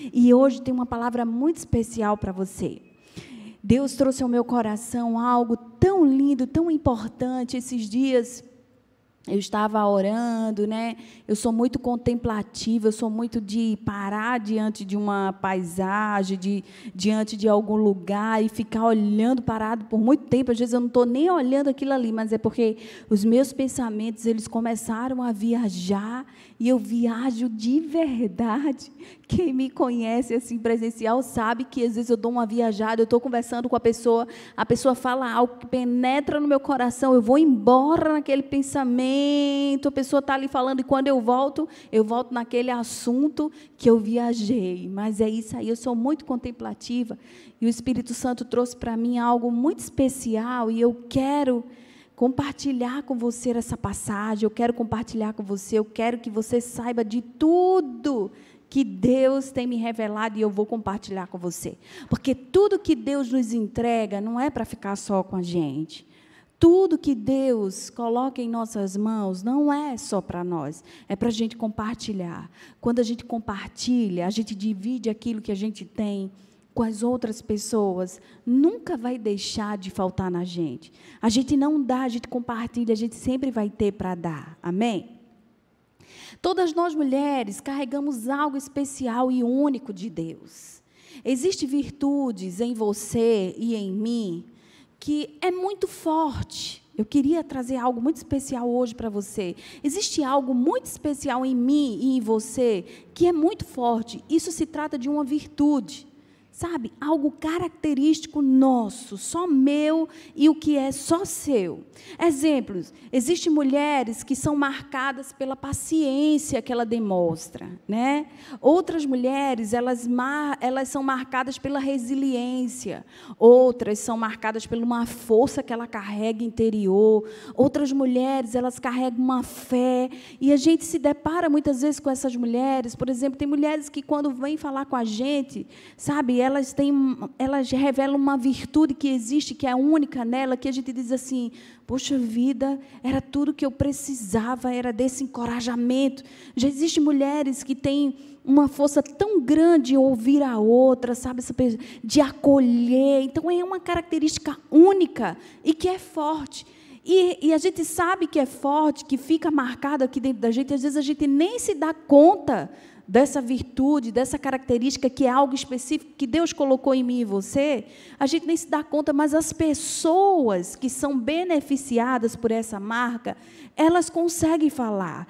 E hoje tem uma palavra muito especial para você. Deus trouxe ao meu coração algo tão lindo, tão importante. Esses dias eu estava orando, né? Eu sou muito contemplativa, eu sou muito de parar diante de uma paisagem, diante de algum lugar e ficar olhando parado por muito tempo. Às vezes eu não estou nem olhando aquilo ali, mas é porque os meus pensamentos, eles começaram a viajar, e eu viajo de verdade. Quem me conhece assim presencial sabe que às vezes eu dou uma viajada, eu estou conversando com a pessoa fala algo que penetra no meu coração, eu vou embora naquele pensamento, a pessoa está ali falando, e quando eu volto naquele assunto que eu viajei. Mas é isso aí, eu sou muito contemplativa, e o Espírito Santo trouxe para mim algo muito especial, e eu quero compartilhar com você essa passagem, eu quero compartilhar com você, eu quero que você saiba de tudo que Deus tem me revelado, e eu vou compartilhar com você. Porque tudo que Deus nos entrega não é para ficar só com a gente. Tudo que Deus coloca em nossas mãos não é só para nós, é para a gente compartilhar. Quando a gente compartilha, a gente divide aquilo que a gente tem com as outras pessoas, nunca vai deixar de faltar na gente. A gente não dá, a gente compartilha, a gente sempre vai ter para dar. Amém? Todas nós mulheres carregamos algo especial e único de Deus. Existem virtudes em você e em mim que é muito forte. Eu queria trazer algo muito especial hoje para você. Existe algo muito especial em mim e em você que é muito forte. Isso se trata de uma virtude. Sabe, algo característico nosso, só meu, e o que é só seu. Exemplos, existem mulheres que são marcadas pela paciência que ela demonstra, né? Outras mulheres, elas são marcadas pela resiliência. Outras são marcadas por uma força que ela carrega interior. Outras mulheres, elas carregam uma fé. E a gente se depara muitas vezes com essas mulheres. Por exemplo, tem mulheres que quando vêm falar com a gente, sabe, elas revelam uma virtude que existe, que é única nela, que a gente diz assim, poxa vida, era tudo que eu precisava, era desse encorajamento. Já existem mulheres que têm uma força tão grande de ouvir a outra, sabe, de acolher. Então, é uma característica única e que é forte. E a gente sabe que é forte, que fica marcado aqui dentro da gente, às vezes a gente nem se dá conta dessa virtude, dessa característica que é algo específico que Deus colocou em mim e você, a gente nem se dá conta, mas as pessoas que são beneficiadas por essa marca, elas conseguem falar.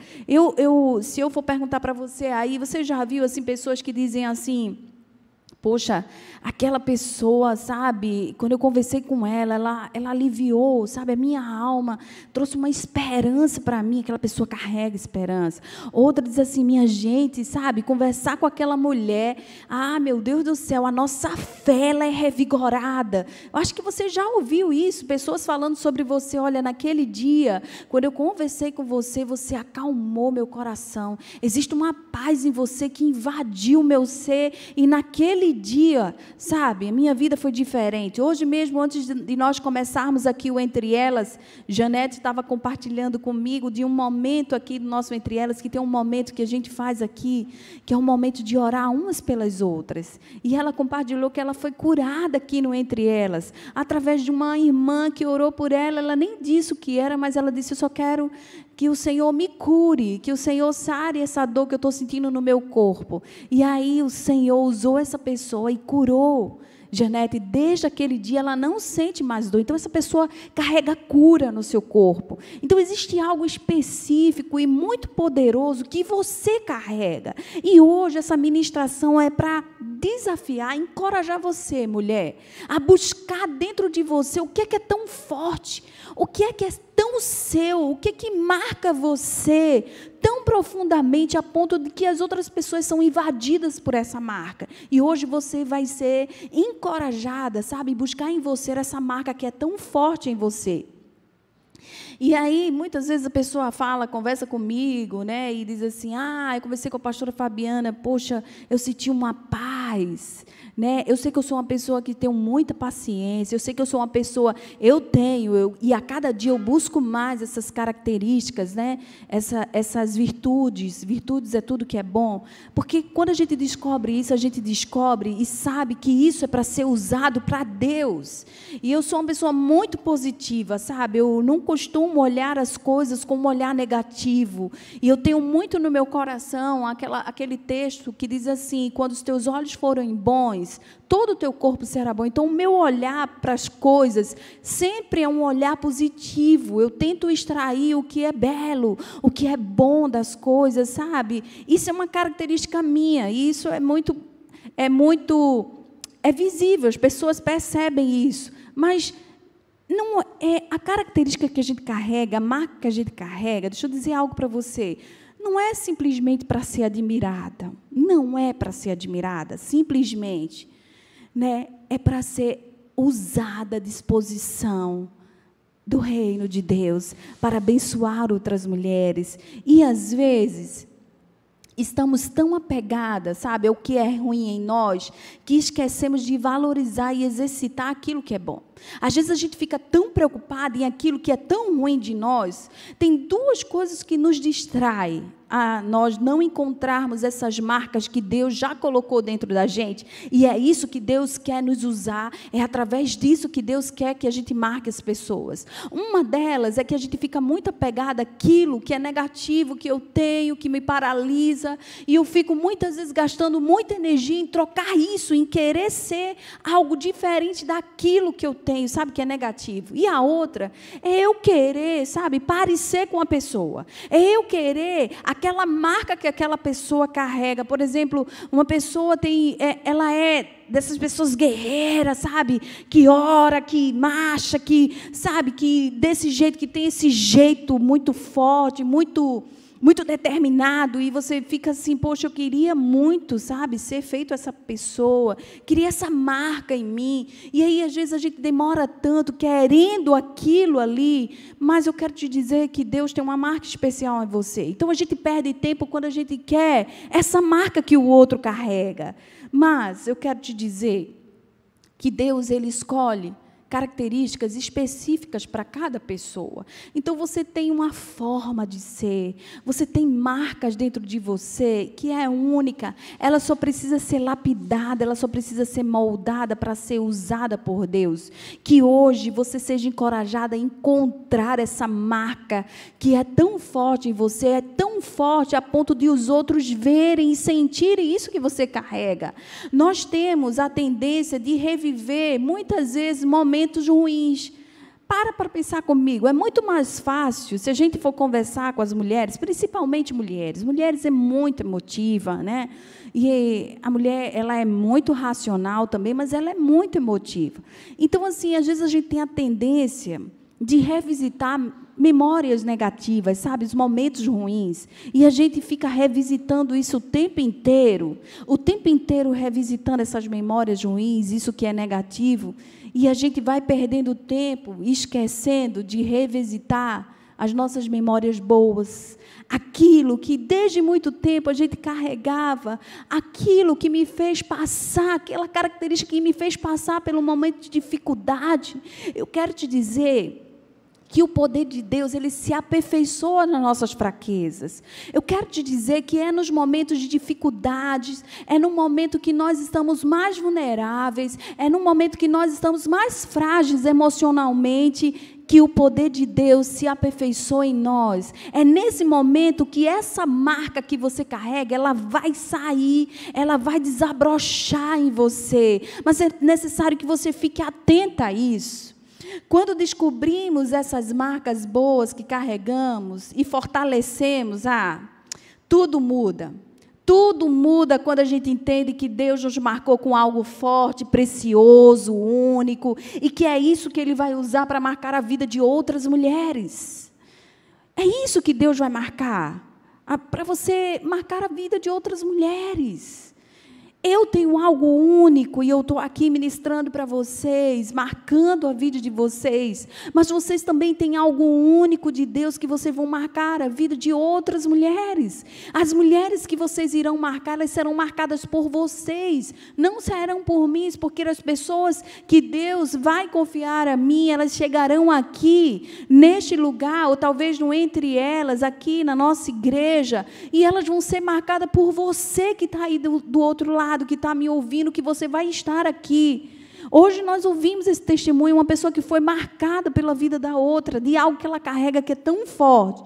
Se eu for perguntar para você aí, você já viu assim, pessoas que dizem assim, poxa, aquela pessoa, sabe, quando eu conversei com ela aliviou, sabe, a minha alma, trouxe uma esperança para mim, aquela pessoa carrega esperança. Outra diz assim, minha gente, sabe, conversar com aquela mulher, meu Deus do céu, a nossa fé, ela é revigorada. Eu acho que você já ouviu isso, pessoas falando sobre você, olha, naquele dia, quando eu conversei com você, você acalmou meu coração, existe uma paz em você que invadiu o meu ser, e naquele dia, sabe, a minha vida foi diferente. Hoje mesmo, antes de nós começarmos aqui o Entre Elas, Janete estava compartilhando comigo de um momento aqui do nosso Entre Elas, que tem um momento que a gente faz aqui, que é um momento de orar umas pelas outras. E ela compartilhou que ela foi curada aqui no Entre Elas, através de uma irmã que orou por ela. Ela nem disse o que era, mas ela disse, eu só quero que o Senhor me cure, que o Senhor sare essa dor que eu estou sentindo no meu corpo. E aí o Senhor usou essa pessoa e curou Janete. Desde aquele dia ela não sente mais dor. Então essa pessoa carrega cura no seu corpo. Então existe algo específico e muito poderoso que você carrega. E hoje essa ministração é para desafiar, encorajar você, mulher, a buscar dentro de você o que é tão forte, o que é tão seu, o que é que marca você tão profundamente a ponto de que as outras pessoas são invadidas por essa marca. E hoje você vai ser encorajada, sabe, buscar em você essa marca que é tão forte em você. E aí, muitas vezes a pessoa conversa comigo, né, e diz assim, eu conversei com a pastora Fabiana, poxa, eu senti uma paz, paz, né? Eu sei que eu sou uma pessoa que tenho muita paciência, eu sei que eu sou uma pessoa, e a cada dia eu busco mais essas características, né? Essas virtudes é tudo que é bom, porque quando a gente descobre isso, a gente descobre e sabe que isso é para ser usado para Deus, e eu sou uma pessoa muito positiva, sabe? Eu não costumo olhar as coisas com um olhar negativo, e eu tenho muito no meu coração aquele texto que diz assim: quando os teus olhos forem bons, todo o teu corpo será bom. Então, o meu olhar para as coisas sempre é um olhar positivo. Eu tento extrair o que é belo, o que é bom das coisas, sabe? Isso é uma característica minha, e isso é visível, as pessoas percebem isso, mas não é a característica que a gente carrega, a marca que a gente carrega. Deixa eu dizer algo para você. Não é simplesmente para ser admirada, não é para ser admirada, simplesmente, né? É para ser usada à disposição do reino de Deus, para abençoar outras mulheres. E, às vezes, estamos tão apegadas, sabe, ao que é ruim em nós, que esquecemos de valorizar e exercitar aquilo que é bom. Às vezes a gente fica tão preocupado em aquilo que é tão ruim de nós. Tem duas coisas que nos distraem a nós não encontrarmos essas marcas que Deus já colocou dentro da gente, e é isso que Deus quer nos usar, é através disso que Deus quer que a gente marque as pessoas. Uma delas é que a gente fica muito apegada àquilo que é negativo, que eu tenho, que me paralisa, e eu fico muitas vezes gastando muita energia em trocar isso, em querer ser algo diferente daquilo que eu tenho, sabe, que é negativo. E a outra é eu querer, sabe, parecer com a pessoa, é eu querer aquela marca que aquela pessoa carrega. Por exemplo, uma pessoa ela é dessas pessoas guerreiras, sabe, que ora, que marcha, que, sabe, que desse jeito, que tem esse jeito muito forte, muito determinado, e você fica assim: poxa, eu queria muito, sabe, ser feito essa pessoa, queria essa marca em mim. E aí, às vezes, a gente demora tanto querendo aquilo ali, mas eu quero te dizer que Deus tem uma marca especial em você. Então, a gente perde tempo quando a gente quer essa marca que o outro carrega. Mas eu quero te dizer que Deus, Ele escolhe características específicas para cada pessoa. Então, você tem uma forma de ser, você tem marcas dentro de você que é única, ela só precisa ser lapidada, ela só precisa ser moldada para ser usada por Deus. Que hoje você seja encorajada a encontrar essa marca que é tão forte em você, é tão forte a ponto de os outros verem e sentirem isso que você carrega. Nós temos a tendência de reviver, muitas vezes, momentos ruins. Para pensar comigo. É muito mais fácil, se a gente for conversar com as mulheres, principalmente mulheres. Mulheres é muito emotiva, né? E a mulher, ela é muito racional também, mas ela é muito emotiva. Então, assim, às vezes a gente tem a tendência de revisitar memórias negativas, sabe, os momentos ruins, e a gente fica revisitando isso o tempo inteiro revisitando essas memórias ruins, isso que é negativo, e a gente vai perdendo tempo, esquecendo de revisitar as nossas memórias boas, aquilo que desde muito tempo a gente carregava, aquilo que me fez passar, aquela característica que me fez passar pelo momento de dificuldade. Eu quero te dizer que o poder de Deus, ele se aperfeiçoa nas nossas fraquezas. Eu quero te dizer que é nos momentos de dificuldades, é no momento que nós estamos mais vulneráveis, é no momento que nós estamos mais frágeis emocionalmente, que o poder de Deus se aperfeiçoa em nós. É nesse momento que essa marca que você carrega, ela vai sair, ela vai desabrochar em você. Mas é necessário que você fique atenta a isso. Quando descobrimos essas marcas boas que carregamos e fortalecemos, tudo muda. Tudo muda quando a gente entende que Deus nos marcou com algo forte, precioso, único, e que é isso que Ele vai usar para marcar a vida de outras mulheres. É isso que Deus vai marcar, para você marcar a vida de outras mulheres. eu tenho algo único e eu estou aqui ministrando para vocês, marcando a vida de vocês, mas vocês também têm algo único de Deus que vocês vão marcar a vida de outras mulheres. As mulheres que vocês irão marcar, elas serão marcadas por vocês, não serão por mim, porque as pessoas que Deus vai confiar a mim, elas chegarão aqui, neste lugar, ou talvez no entre elas, aqui na nossa igreja, e elas vão ser marcadas por você que está aí do outro lado, que está me ouvindo, que você vai estar aqui. Hoje nós ouvimos esse testemunho, uma pessoa que foi marcada pela vida da outra, de algo que ela carrega que é tão forte.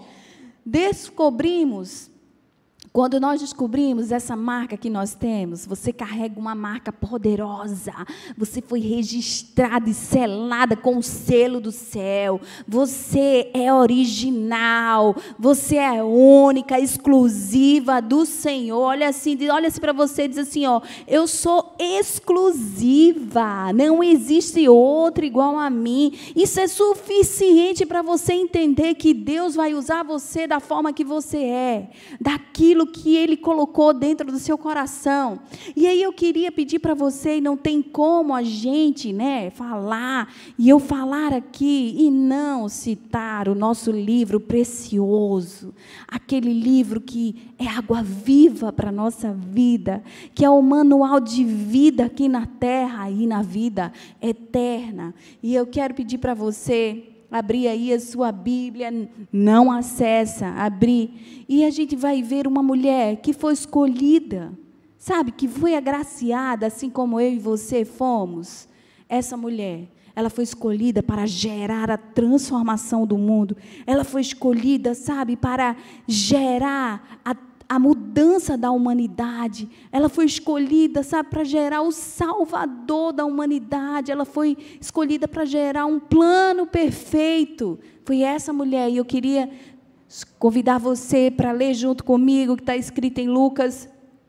Quando nós descobrimos essa marca que nós temos, você carrega uma marca poderosa, você foi registrada e selada com o selo do céu, você é original, você é única, exclusiva do Senhor. Olha assim para você e diz assim, ó, eu sou exclusiva, não existe outra igual a mim. Isso é suficiente para você entender que Deus vai usar você da forma que você é, daquilo que Ele colocou dentro do seu coração. E aí eu queria pedir para você, e não tem como a gente, falar, e eu falar aqui, e não citar o nosso livro precioso, aquele livro que é água viva para a nossa vida, que é o manual de vida aqui na terra e na vida eterna. E eu quero pedir para você abrir aí a sua Bíblia, não acessa, abrir, e a gente vai ver uma mulher que foi escolhida, sabe, que foi agraciada, assim como eu e você fomos. Essa mulher, ela foi escolhida para gerar a transformação do mundo, ela foi escolhida, sabe, para gerar a mudança da humanidade, ela foi escolhida, sabe, para gerar o Salvador da humanidade, ela foi escolhida para gerar um plano perfeito. Foi essa mulher, e eu queria convidar você para ler junto comigo, que está escrito em Lucas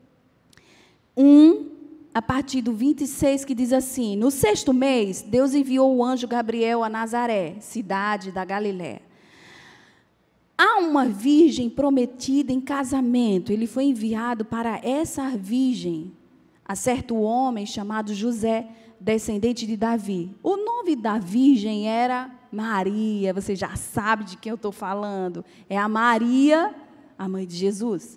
1, a partir do 26, que diz assim: no 6º mês, Deus enviou o anjo Gabriel a Nazaré, cidade da Galiléia. Há uma virgem prometida em casamento. Ele foi enviado para essa virgem, a certo homem chamado José, descendente de Davi. O nome da virgem era Maria. Você já sabe de quem eu estou falando. É a Maria, a mãe de Jesus.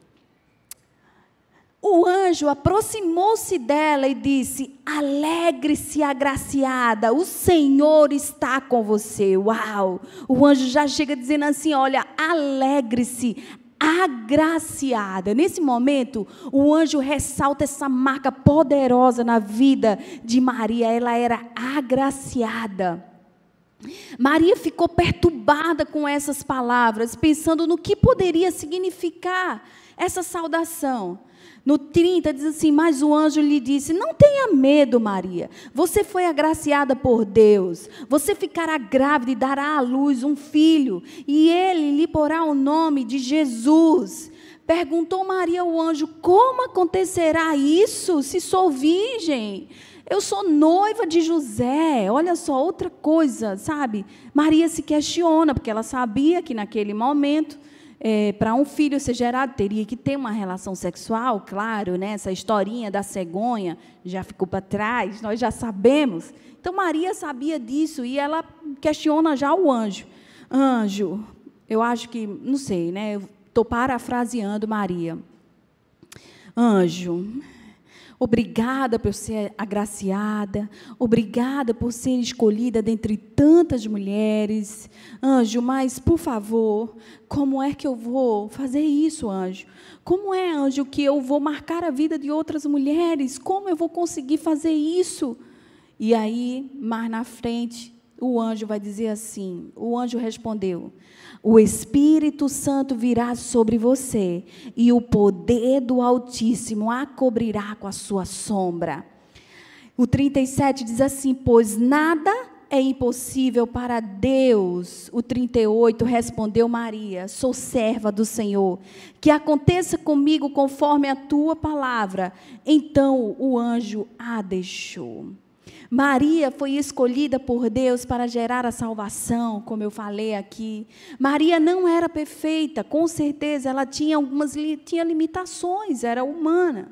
O anjo aproximou-se dela e disse: alegre-se, agraciada, o Senhor está com você. Uau! O anjo já chega dizendo assim, olha, alegre-se, agraciada. Nesse momento, o anjo ressalta essa marca poderosa na vida de Maria. Ela era agraciada. Maria ficou perturbada com essas palavras, pensando no que poderia significar essa saudação. No 30 diz assim: mas o anjo lhe disse: não tenha medo, Maria, você foi agraciada por Deus, você ficará grávida e dará à luz um filho, e ele lhe porá o nome de Jesus. Perguntou Maria ao anjo: como acontecerá isso, se sou virgem? Eu sou noiva de José. Olha só, outra coisa, sabe? Maria se questiona, porque ela sabia que naquele momento, para um filho ser gerado, teria que ter uma relação sexual, claro, né? Essa historinha da cegonha já ficou para trás, nós já sabemos. Então, Maria sabia disso e ela questiona já o anjo. Anjo, eu acho que, não sei, né? Eu estou parafraseando Maria. Anjo, obrigada por ser agraciada, obrigada por ser escolhida dentre tantas mulheres. Anjo, mas, por favor, como é que eu vou fazer isso, anjo? Como é, anjo, que eu vou marcar a vida de outras mulheres? Como eu vou conseguir fazer isso? E aí, mais na frente, o anjo vai dizer assim, o anjo respondeu: o Espírito Santo virá sobre você, e o poder do Altíssimo a cobrirá com a sua sombra. O 37 diz assim: pois nada é impossível para Deus. O 38 respondeu Maria: sou serva do Senhor, que aconteça comigo conforme a tua palavra. Então o anjo a deixou. Maria foi escolhida por Deus para gerar a salvação, como eu falei aqui. Maria não era perfeita, com certeza ela tinha limitações, era humana.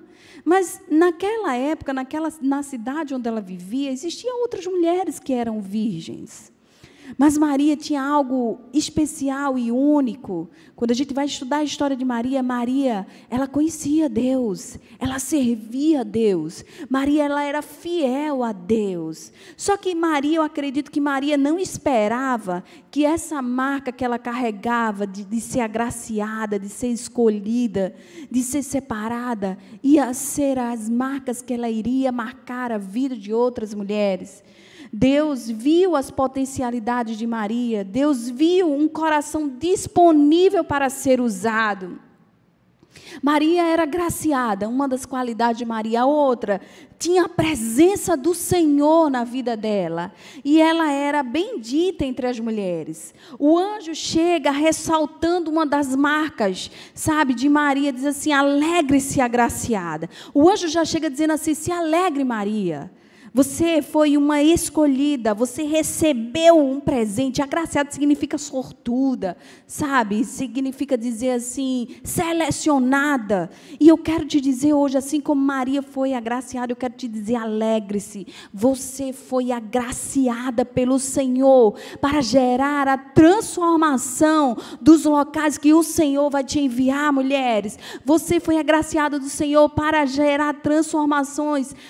Mas naquela época, na cidade onde ela vivia, existiam outras mulheres que eram virgens. Mas Maria tinha algo especial e único. Quando a gente vai estudar a história de Maria, ela conhecia Deus, ela servia a Deus. Maria, ela era fiel a Deus. Só que Maria, eu acredito que Maria não esperava que essa marca que ela carregava de ser agraciada, de ser escolhida, de ser separada, ia ser as marcas que ela iria marcar a vida de outras mulheres. Deus viu as potencialidades de Maria, Deus viu um coração disponível para ser usado. Maria era agraciada, uma das qualidades de Maria. A outra, tinha a presença do Senhor na vida dela, e ela era bendita entre as mulheres. O anjo chega ressaltando uma das marcas, sabe, de Maria, diz assim: alegre-se, agraciada. O anjo já chega dizendo assim: se alegre, Maria. Você foi uma escolhida, você recebeu um presente. Agraciada significa sortuda, sabe? Significa dizer assim, selecionada. E eu quero te dizer hoje, assim como Maria foi agraciada, eu quero te dizer, alegre-se. Você foi agraciada pelo Senhor para gerar a transformação dos locais que o Senhor vai te enviar, mulheres. Você foi agraciada do Senhor para gerar transformação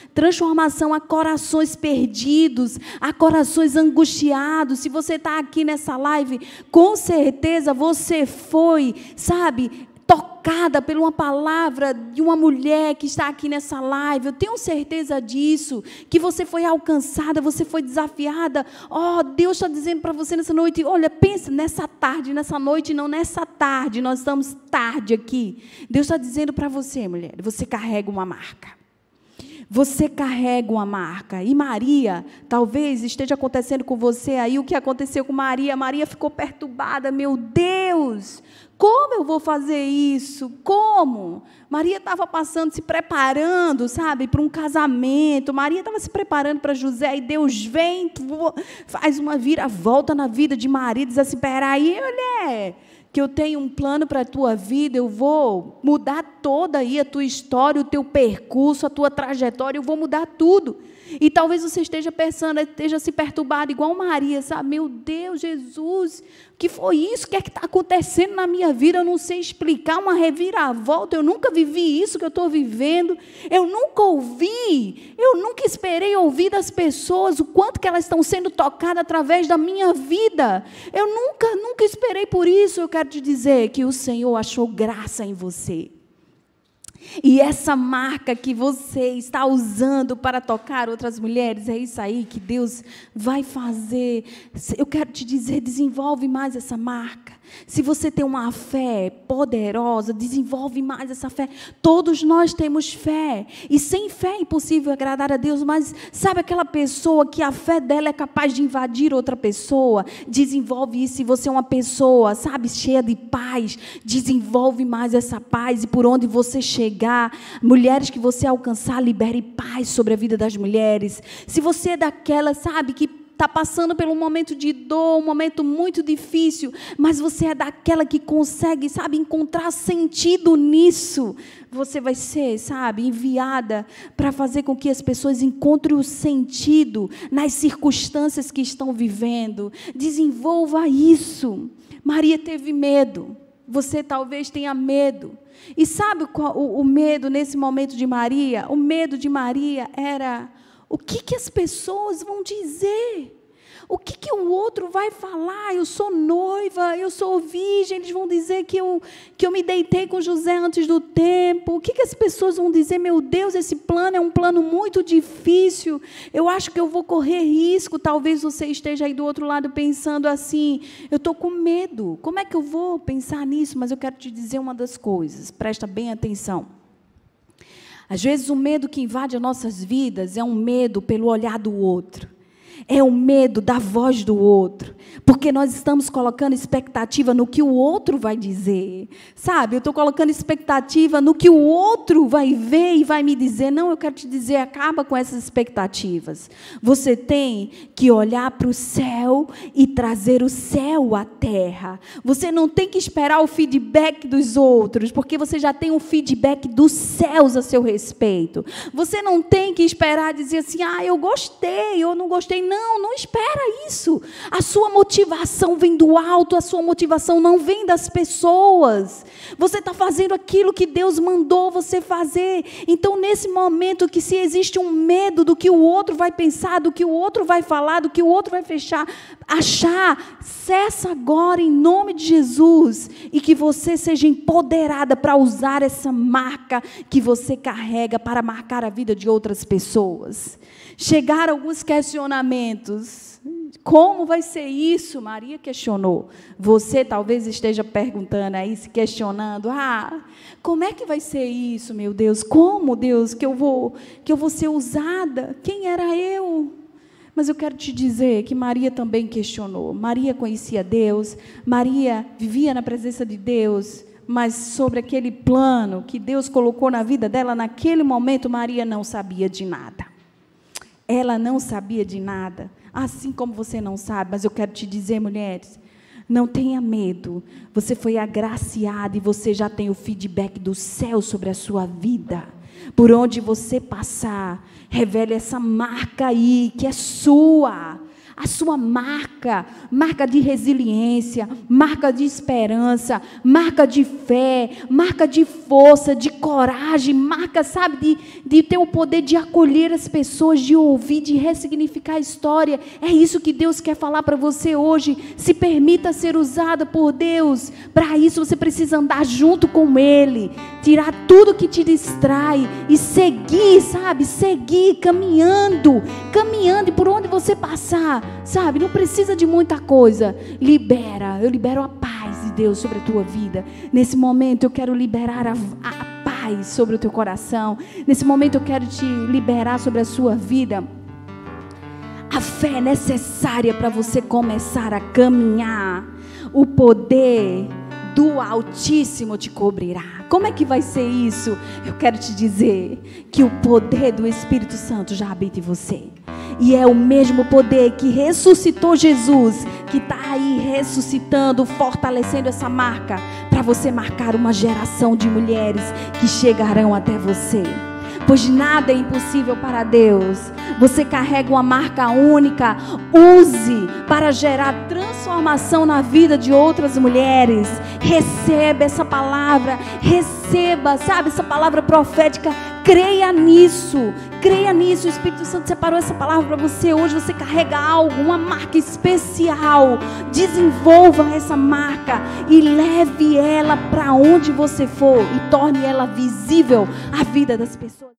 a corações perdidos, a corações angustiados. Se você está aqui nessa live, com certeza você foi, sabe, tocada por uma palavra de uma mulher que está aqui nessa live. Eu tenho certeza disso, que você foi alcançada, você foi desafiada. Oh, Deus está dizendo para você nessa noite, olha, pensa nessa tarde, nessa noite não, nessa tarde, nós estamos tarde aqui. Deus está dizendo para você, mulher, você carrega uma marca. Você carrega uma marca. E Maria, talvez esteja acontecendo com você aí o que aconteceu com Maria. Maria ficou perturbada. Meu Deus, como eu vou fazer isso? Como? Maria estava passando, se preparando, sabe, para um casamento. Maria estava se preparando para José, e Deus vem, faz uma viravolta na vida de Maria, diz assim: peraí, mulher, que eu tenho um plano para a tua vida, eu vou mudar toda aí a tua história, o teu percurso, a tua trajetória, eu vou mudar tudo. E talvez você esteja pensando, esteja se perturbado, igual Maria, sabe? Meu Deus, Jesus, o que foi isso? O que é que está acontecendo na minha vida? Eu não sei explicar, uma reviravolta, eu nunca vivi isso que eu estou vivendo, eu nunca ouvi, eu nunca esperei ouvir das pessoas o quanto que elas estão sendo tocadas através da minha vida. Eu nunca esperei por isso. Eu quero te dizer que o Senhor achou graça em você. E essa marca que você está usando para tocar outras mulheres, é isso aí que Deus vai fazer. Eu quero te dizer, desenvolve mais essa marca. Se você tem uma fé poderosa, desenvolve mais essa fé. Todos nós temos fé, e sem fé é impossível agradar a Deus. Mas sabe aquela pessoa que a fé dela é capaz de invadir outra pessoa? Desenvolve isso. Se você é uma pessoa, sabe, cheia de paz, desenvolve mais essa paz. E por onde você chegar, mulheres que você alcançar, libere paz sobre a vida das mulheres. Se você é daquela, sabe, que está passando por um momento de dor, um momento muito difícil, mas você é daquela que consegue, sabe, encontrar sentido nisso, você vai ser, sabe, enviada para fazer com que as pessoas encontrem o sentido nas circunstâncias que estão vivendo. Desenvolva isso. Maria teve medo, você talvez tenha medo. E sabe qual o medo nesse momento de Maria? O medo de Maria era: o que as pessoas vão dizer? O que o outro vai falar? Eu sou noiva, eu sou virgem, eles vão dizer que eu me deitei com José antes do tempo. O que as pessoas vão dizer? Meu Deus, esse plano é um plano muito difícil, eu acho que eu vou correr risco. Talvez você esteja aí do outro lado pensando assim: eu estou com medo, como é que eu vou pensar nisso? Mas eu quero te dizer uma das coisas, presta bem atenção. Às vezes o medo que invade as nossas vidas é um medo pelo olhar do outro. É o medo da voz do outro, porque nós estamos colocando expectativa no que o outro vai dizer, sabe? Eu estou colocando expectativa no que o outro vai ver e vai me dizer. Não, eu quero te dizer, acaba com essas expectativas. Você tem que olhar para o céu e trazer o céu à terra. Você não tem que esperar o feedback dos outros, porque você já tem um feedback dos céus a seu respeito. Você não tem que esperar dizer assim, eu gostei, eu não gostei. Não, não espera isso. A sua motivação vem do alto, a sua motivação não vem das pessoas. Você está fazendo aquilo que Deus mandou você fazer. Então, nesse momento que se existe um medo do que o outro vai pensar, do que o outro vai falar, do que o outro vai achar, cessa agora em nome de Jesus, e que você seja empoderada para usar essa marca que você carrega para marcar a vida de outras pessoas. Chegaram alguns questionamentos. Como vai ser isso? Maria questionou. Você talvez esteja perguntando aí, se questionando. Como é que vai ser isso, meu Deus? Como, Deus, que eu vou ser usada? Quem era eu? Mas eu quero te dizer que Maria também questionou. Maria conhecia Deus. Maria vivia na presença de Deus. Mas sobre aquele plano que Deus colocou na vida dela, naquele momento, Maria não sabia de nada. Ela não sabia de nada, assim como você não sabe. Mas eu quero te dizer, mulheres, não tenha medo. Você foi agraciada e você já tem o feedback do céu sobre a sua vida. Por onde você passar, revele essa marca aí, que é sua. A sua marca de resiliência, marca de esperança, marca de fé, marca de força, de coragem, marca, sabe, de ter o poder de acolher as pessoas, de ouvir, de ressignificar a história. É isso que Deus quer falar para você hoje. Se permita ser usada por Deus. Para isso você precisa andar junto com Ele, tirar tudo que te distrai e seguir, sabe, seguir caminhando e por onde você passar, sabe, não precisa de muita coisa. Eu libero a paz de Deus sobre a tua vida. Nesse momento eu quero liberar a paz sobre o teu coração. Nesse momento eu quero te liberar sobre a sua vida a fé necessária para você começar a caminhar. O poder do Altíssimo te cobrirá. Como é que vai ser isso? Eu quero te dizer que o poder do Espírito Santo já habita em você. E é o mesmo poder que ressuscitou Jesus, que está aí ressuscitando, fortalecendo essa marca, para você marcar uma geração de mulheres que chegarão até você. Pois nada é impossível para Deus. Você carrega uma marca única. Use para gerar transformação na vida de outras mulheres. Receba essa palavra. Receba, sabe, essa palavra profética. Creia nisso. Creia nisso. O Espírito Santo separou essa palavra para você. Hoje você carrega algo, uma marca especial. Desenvolva essa marca e leve ela para onde você for e torne ela visível à vida das pessoas.